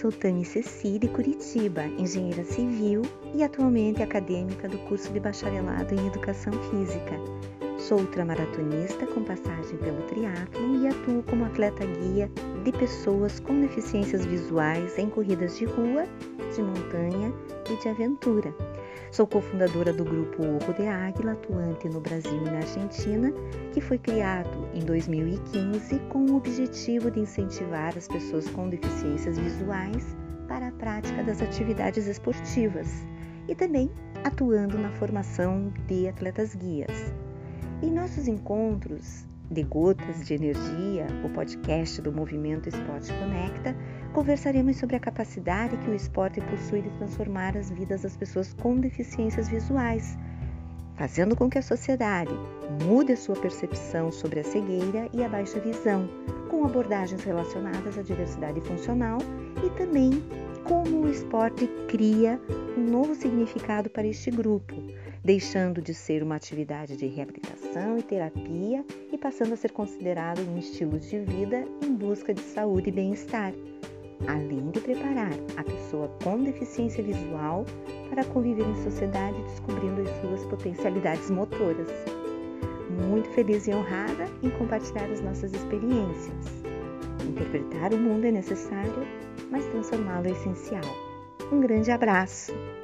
sou Tami Ceci, de Curitiba, engenheira civil e atualmente acadêmica do curso de bacharelado em Educação Física. Sou ultramaratonista com passagem pelo triatlon e atuo como atleta guia de pessoas com deficiências visuais em corridas de rua, de montanha e de aventura. Sou cofundadora do grupo Ojo de Águila, atuante no Brasil e na Argentina, que foi criado em 2015 com o objetivo de incentivar as pessoas com deficiências visuais para a prática das atividades esportivas e também atuando na formação de atletas guias. Em nossos encontros de Gotas de Energia, o podcast do Movimento Esporte Conecta, conversaremos sobre a capacidade que o esporte possui de transformar as vidas das pessoas com deficiências visuais, fazendo com que a sociedade mude a sua percepção sobre a cegueira e a baixa visão, com abordagens relacionadas à diversidade funcional e também como o esporte cria um novo significado para este grupo, deixando de ser uma atividade de reabilitação e terapia e passando a ser considerado um estilo de vida em busca de saúde e bem-estar, além de preparar a pessoa com deficiência visual para conviver em sociedade descobrindo as suas potencialidades motoras. Muito feliz e honrada em compartilhar as nossas experiências. Interpretar o mundo é necessário, mas transformá-lo é essencial. Um grande abraço!